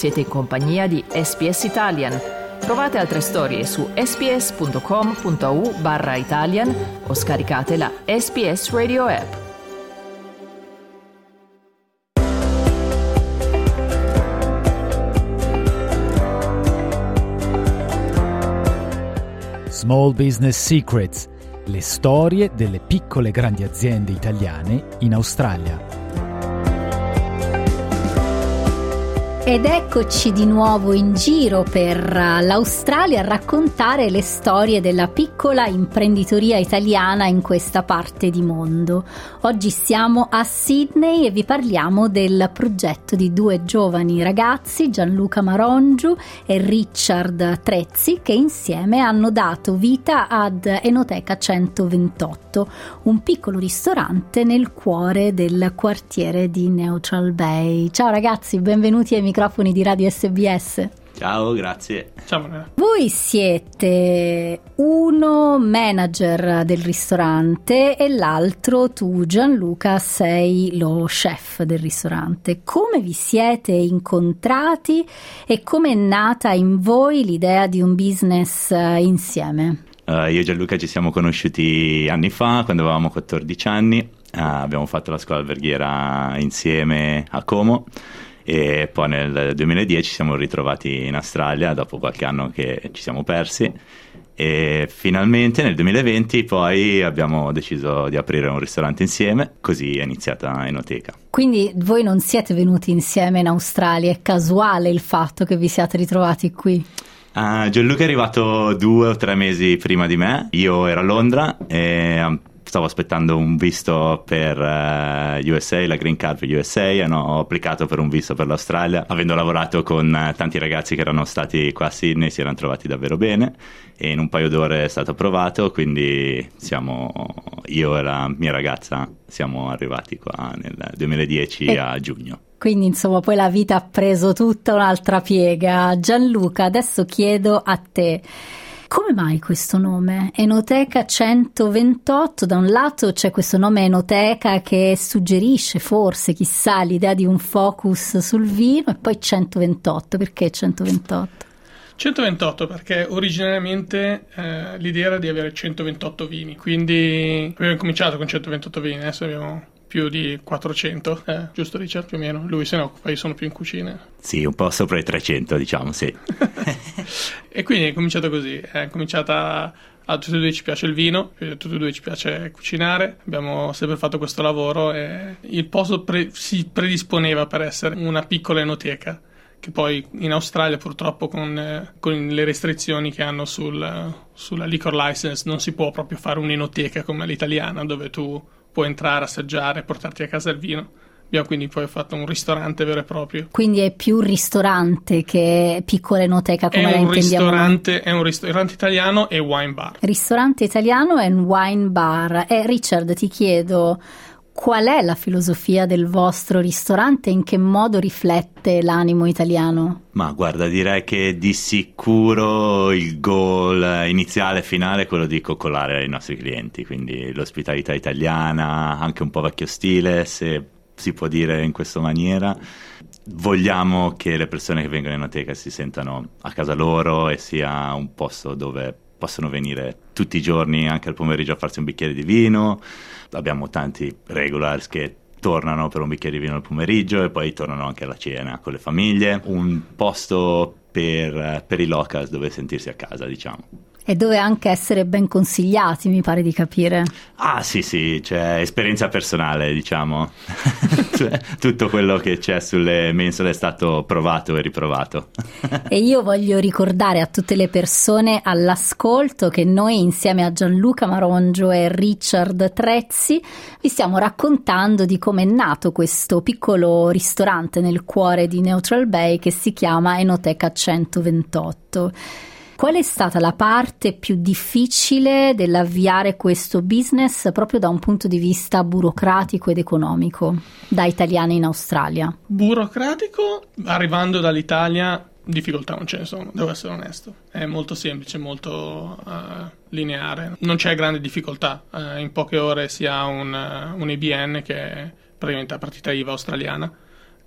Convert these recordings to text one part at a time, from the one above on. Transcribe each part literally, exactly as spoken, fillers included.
Siete in compagnia di S B S Italian. Trovate altre storie su sbs.com.au barra Italian o scaricate la S B S Radio app. Small Business Secrets, le storie delle piccole e grandi aziende italiane in Australia. Ed eccoci di nuovo in giro per l'Australia a raccontare le storie della piccola imprenditoria italiana in questa parte di mondo. Oggi siamo a Sydney e vi parliamo del progetto di due giovani ragazzi, Gianluca Marongiu e Richard Trezzi, che insieme hanno dato vita ad Enoteca centoventotto, un piccolo ristorante nel cuore del quartiere di Neutral Bay. Ciao ragazzi, benvenuti ai microfoni di Radio S B S. Ciao, grazie. Ciao Manuela. Voi siete uno manager del ristorante e l'altro, tu Gianluca, sei lo chef del ristorante. Come vi siete incontrati e come è nata in voi l'idea di un business insieme? Uh, io e Gianluca ci siamo conosciuti anni fa, quando avevamo quattordici anni. Uh, abbiamo fatto la scuola alberghiera insieme a Como. E poi nel duemiladieci ci siamo ritrovati in Australia dopo qualche anno che ci siamo persi e finalmente nel duemilaventi poi abbiamo deciso di aprire un ristorante insieme, così è iniziata Enoteca. Quindi voi non siete venuti insieme in Australia, è casuale il fatto che vi siate ritrovati qui? Uh, Gianluca è arrivato due o tre mesi prima di me, io ero a Londra e stavo aspettando un visto per uh, U S A, la Green Card per U S A, e ho applicato per un visto per l'Australia. Avendo lavorato con uh, tanti ragazzi che erano stati qua a Sydney, si erano trovati davvero bene e in un paio d'ore è stato approvato, quindi siamo, io e la mia ragazza siamo arrivati qua nel duemiladieci e... a giugno. Quindi insomma poi la vita ha preso tutta un'altra piega. Gianluca, adesso chiedo a te, come mai questo nome? Enoteca centoventotto, da un lato c'è questo nome Enoteca che suggerisce forse, chissà, l'idea di un focus sul vino, e poi centoventotto, perché centoventotto? centoventotto perché originariamente eh, l'idea era di avere centoventotto vini, quindi abbiamo cominciato con centoventotto vini, adesso abbiamo più di quattrocento, eh, giusto Richard, più o meno? Lui se ne occupa, io sono più in cucina. Sì, un po' sopra i trecento, diciamo, sì. E quindi è cominciato così, è cominciata, a tutti e due ci piace il vino, a tutti e due ci piace cucinare, abbiamo sempre fatto questo lavoro e il posto pre- si predisponeva per essere una piccola enoteca, che poi in Australia purtroppo con, eh, con le restrizioni che hanno sul, sulla liquor license non si può proprio fare un'enoteca come l'italiana, dove tu puoi entrare, assaggiare e portarti a casa il vino. Abbiamo quindi poi fatto un ristorante vero e proprio. Quindi è più ristorante che piccola enoteca come è la un intendiamo ristorante, è un ristorante italiano e wine bar. Ristorante italiano e wine bar. E Richard, ti chiedo, qual è la filosofia del vostro ristorante e in che modo riflette l'animo italiano? Ma guarda, direi che di sicuro il goal iniziale e finale è quello di coccolare i nostri clienti, quindi l'ospitalità italiana, anche un po' vecchio stile, se si può dire in questa maniera. Vogliamo che le persone che vengono in enoteca si sentano a casa loro e sia un posto dove possono venire tutti i giorni, anche al pomeriggio, a farsi un bicchiere di vino. Abbiamo tanti regulars che tornano per un bicchiere di vino al pomeriggio e poi tornano anche alla cena con le famiglie. Un posto per, per i locals dove sentirsi a casa, diciamo. E dove anche essere ben consigliati, mi pare di capire. Ah sì sì, c'è esperienza personale, diciamo. Cioè, tutto quello che c'è sulle mensole è stato provato e riprovato. E io voglio ricordare a tutte le persone all'ascolto che noi insieme a Gianluca Marongiu e Richard Trezzi vi stiamo raccontando di come è nato questo piccolo ristorante nel cuore di Neutral Bay che si chiama Enoteca centoventotto. Qual è stata la parte più difficile dell'avviare questo business proprio da un punto di vista burocratico ed economico, da italiani in Australia? Burocratico, arrivando dall'Italia, difficoltà non ce ne sono, devo essere onesto. È molto semplice, molto uh, lineare. Non c'è grande difficoltà. Uh, in poche ore si ha un, uh, un I B N che è praticamente la partita I V A australiana.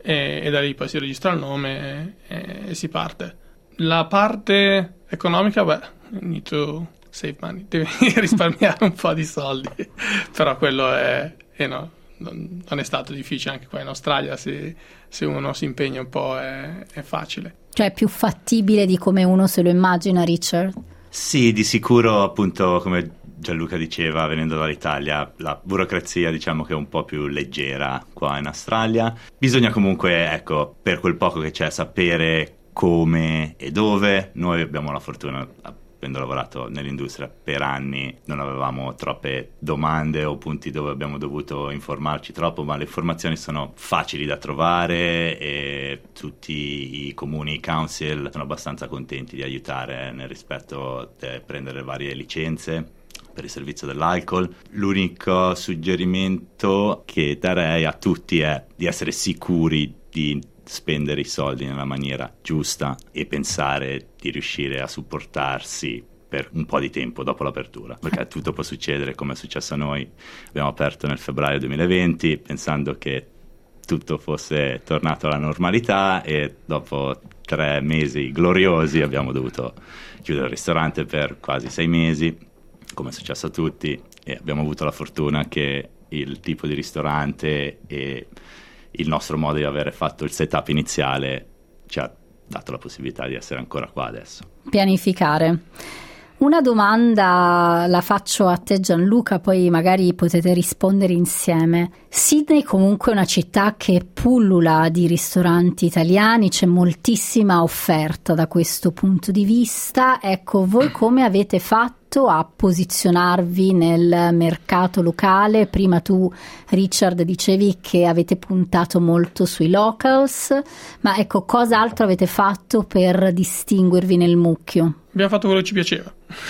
e, e da lì poi si registra il nome e, e si parte. La parte economica, beh, need to save money, devi risparmiare un po' di soldi, però quello è, è no, non, non è stato difficile, anche qua in Australia se, se uno si impegna un po' è, è facile. Cioè è più fattibile di come uno se lo immagina, Richard? Sì, di sicuro, appunto, come Gianluca diceva, venendo dall'Italia, la burocrazia diciamo che è un po' più leggera qua in Australia. Bisogna comunque, ecco, per quel poco che c'è, sapere come e dove. Noi abbiamo la fortuna, avendo lavorato nell'industria per anni, non avevamo troppe domande o punti dove abbiamo dovuto informarci troppo, ma le informazioni sono facili da trovare e tutti i comuni, i council sono abbastanza contenti di aiutare nel rispetto di prendere varie licenze per il servizio dell'alcol. L'unico suggerimento che darei a tutti è di essere sicuri di spendere i soldi nella maniera giusta e pensare di riuscire a supportarsi per un po' di tempo dopo l'apertura, perché tutto può succedere come è successo a noi. Abbiamo aperto nel febbraio duemilaventi pensando che tutto fosse tornato alla normalità e dopo tre mesi gloriosi abbiamo dovuto chiudere il ristorante per quasi sei mesi, come è successo a tutti, e abbiamo avuto la fortuna che il tipo di ristorante e il nostro modo di avere fatto il setup iniziale ci ha dato la possibilità di essere ancora qua adesso. Pianificare. Una domanda la faccio a te, Gianluca, poi magari potete rispondere insieme. Sydney comunque è una città che pullula di ristoranti italiani, c'è moltissima offerta da questo punto di vista. Ecco, voi come avete fatto a posizionarvi nel mercato locale? Prima tu, Richard, dicevi che avete puntato molto sui locals, ma ecco, cosa altro avete fatto per distinguervi nel mucchio? Abbiamo fatto quello che ci piaceva.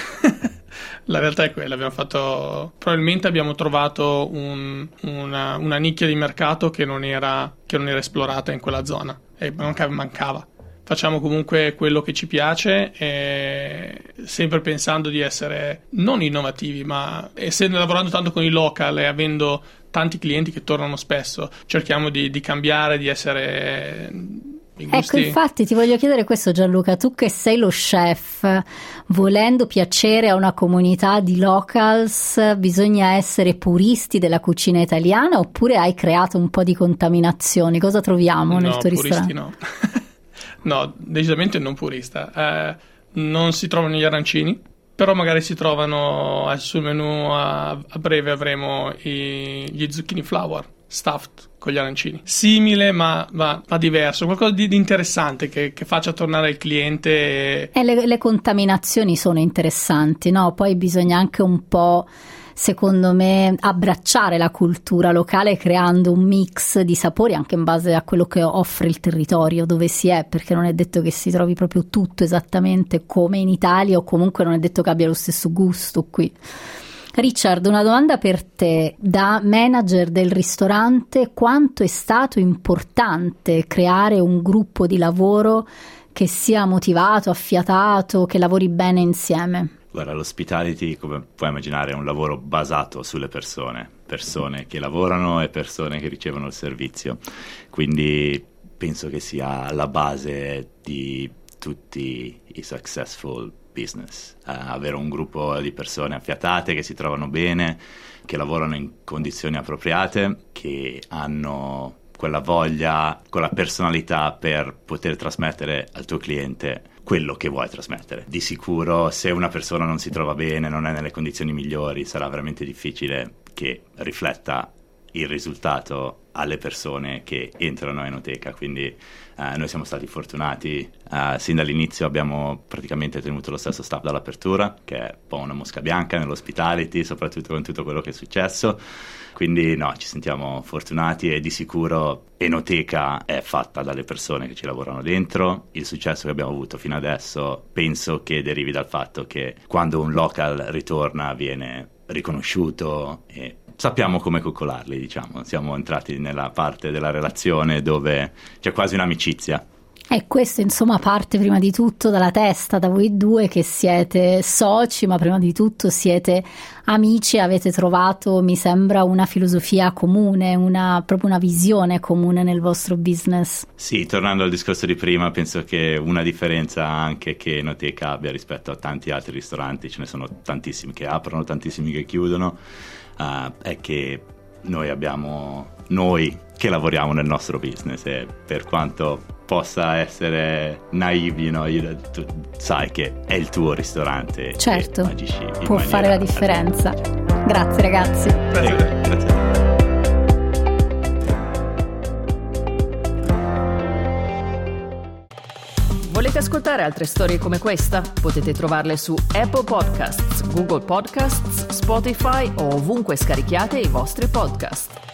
La realtà è quella, abbiamo fatto, probabilmente abbiamo trovato un, una, una nicchia di mercato che non era, che non era esplorata in quella zona e mancava, mancava. Facciamo comunque quello che ci piace, e sempre pensando di essere non innovativi, ma essendo lavorando tanto con i local e avendo tanti clienti che tornano spesso, cerchiamo di, di cambiare, di essere... Ecco, infatti ti voglio chiedere questo, Gianluca, tu che sei lo chef, volendo piacere a una comunità di locals, bisogna essere puristi della cucina italiana oppure hai creato un po' di contaminazioni? Cosa troviamo nel no, tuo ristorante? No, no, decisamente non purista. Eh, non si trovano gli arancini, però magari si trovano eh, sul menù a, a breve avremo i, gli zucchini flower stuffed con gli arancini, simile ma, ma, ma diverso, qualcosa di, di interessante che, che faccia tornare il cliente. E, e le, le contaminazioni sono interessanti, no? Poi bisogna anche un po', secondo me, abbracciare la cultura locale creando un mix di sapori anche in base a quello che offre il territorio dove si è, perché non è detto che si trovi proprio tutto esattamente come in Italia, o comunque non è detto che abbia lo stesso gusto qui. Richard, una domanda per te, da manager del ristorante, quanto è stato importante creare un gruppo di lavoro che sia motivato, affiatato, che lavori bene insieme? Guarda, l'hospitality, come puoi immaginare, è un lavoro basato sulle persone, persone che lavorano e persone che ricevono il servizio, quindi penso che sia la base di tutti i successful business, uh, avere un gruppo di persone affiatate che si trovano bene, che lavorano in condizioni appropriate, che hanno quella voglia, quella personalità per poter trasmettere al tuo cliente quello che vuoi trasmettere. Di sicuro, se una persona non si trova bene, non è nelle condizioni migliori, sarà veramente difficile che rifletta il risultato alle persone che entrano in enoteca, quindi eh, noi siamo stati fortunati, eh, sin dall'inizio abbiamo praticamente tenuto lo stesso staff dall'apertura, che è un po' una mosca bianca nell'hospitality, soprattutto con tutto quello che è successo, quindi no, ci sentiamo fortunati e di sicuro enoteca è fatta dalle persone che ci lavorano dentro. Il successo che abbiamo avuto fino adesso penso che derivi dal fatto che quando un local ritorna viene riconosciuto e sappiamo come coccolarli, diciamo. Siamo entrati nella parte della relazione dove c'è quasi un'amicizia E questo insomma parte prima di tutto dalla testa, da voi due che siete soci, ma prima di tutto siete amici, avete trovato, mi sembra, una filosofia comune, una, proprio una visione comune nel vostro business. Sì, tornando al discorso di prima, penso che una differenza anche che Enoteca abbia rispetto a tanti altri ristoranti, ce ne sono tantissimi che aprono, tantissimi che chiudono, uh, è che noi abbiamo noi che lavoriamo nel nostro business, e per quanto possa essere naive, no? Io, tu sai che è il tuo ristorante, certo, e agisci in può fare la differenza. Grazie ragazzi. Grazie. Grazie. Volete ascoltare altre storie come questa? Potete trovarle su Apple Podcasts, Google Podcasts, Spotify o ovunque scarichiate i vostri podcast.